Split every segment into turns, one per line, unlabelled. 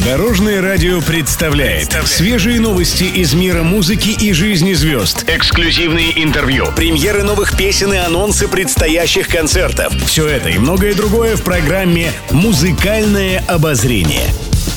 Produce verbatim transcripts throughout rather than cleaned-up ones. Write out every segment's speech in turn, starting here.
Дорожное радио представляет свежие новости из мира музыки и жизни звезд, эксклюзивные интервью, премьеры новых песен и анонсы предстоящих концертов. Все это и многое другое в программе «Музыкальное обозрение».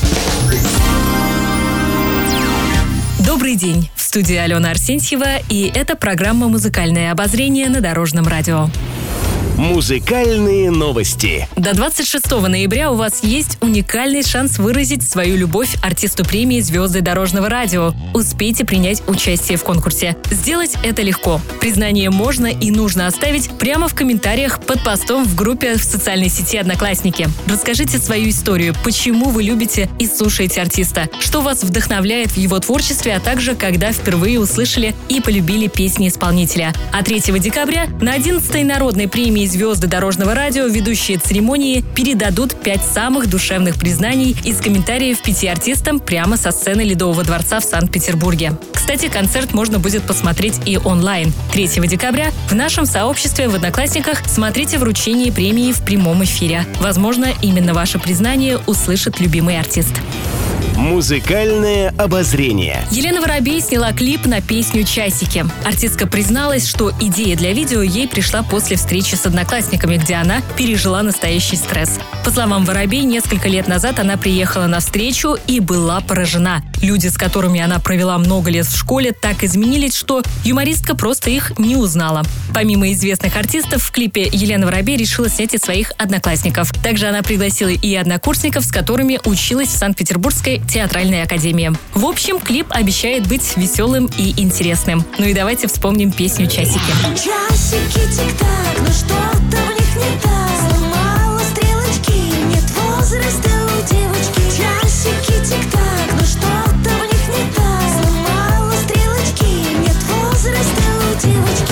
Добрый день! В студии Алена Арсентьева, и это программа «Музыкальное обозрение» на Дорожном радио.
Музыкальные новости.
До двадцать шестого ноября у вас есть уникальный шанс выразить свою любовь артисту премии «Звезды Дорожного радио». Успейте принять участие в конкурсе. Сделать это легко. Признание можно и нужно оставить прямо в комментариях под постом в группе в социальной сети «Одноклассники». Расскажите свою историю, почему вы любите и слушаете артиста, что вас вдохновляет в его творчестве, а также когда впервые услышали и полюбили песни исполнителя. А третьего декабря на одиннадцатой народной премии «Звезды Дорожного радио» ведущие церемонии передадут пять самых душевных признаний из комментариев пяти артистам прямо со сцены Ледового дворца в Санкт-Петербурге. Кстати, концерт можно будет посмотреть и онлайн. третьего декабря в нашем сообществе в Одноклассниках смотрите вручение премии в прямом эфире. Возможно, именно ваше признание услышит любимый артист.
Музыкальное обозрение.
Елена Воробей сняла клип на песню «Часики». Артистка призналась, что идея для видео ей пришла после встречи с одноклассниками, где она пережила настоящий стресс. По словам Воробей, несколько лет назад она приехала на встречу и была поражена. Люди, с которыми она провела много лет в школе, так изменились, что юмористка просто их не узнала. Помимо известных артистов, в клипе Елена Воробей решила снять и своих одноклассников. Также она пригласила и однокурсников, с которыми училась в Санкт-Петербургской театральной академии. В общем, клип обещает быть веселым и интересным. Ну и давайте вспомним песню «Часики».
Часики тик-так, но что-то в них не так. Сломала стрелочки, нет возраста у девочки. Часики тик-так, но что-то в них не так. Сломала стрелочки, нет возраста у девочки.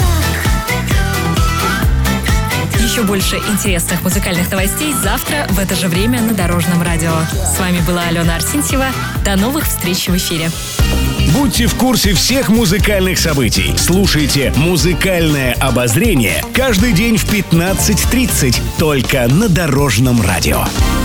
Еще больше интересных музыкальных новостей завтра в это же время на Дорожном радио. С вами была Алена Арсентьева. До новых встреч в эфире.
Будьте в курсе всех музыкальных событий. Слушайте «Музыкальное обозрение» каждый день в пятнадцать тридцать только на Дорожном радио.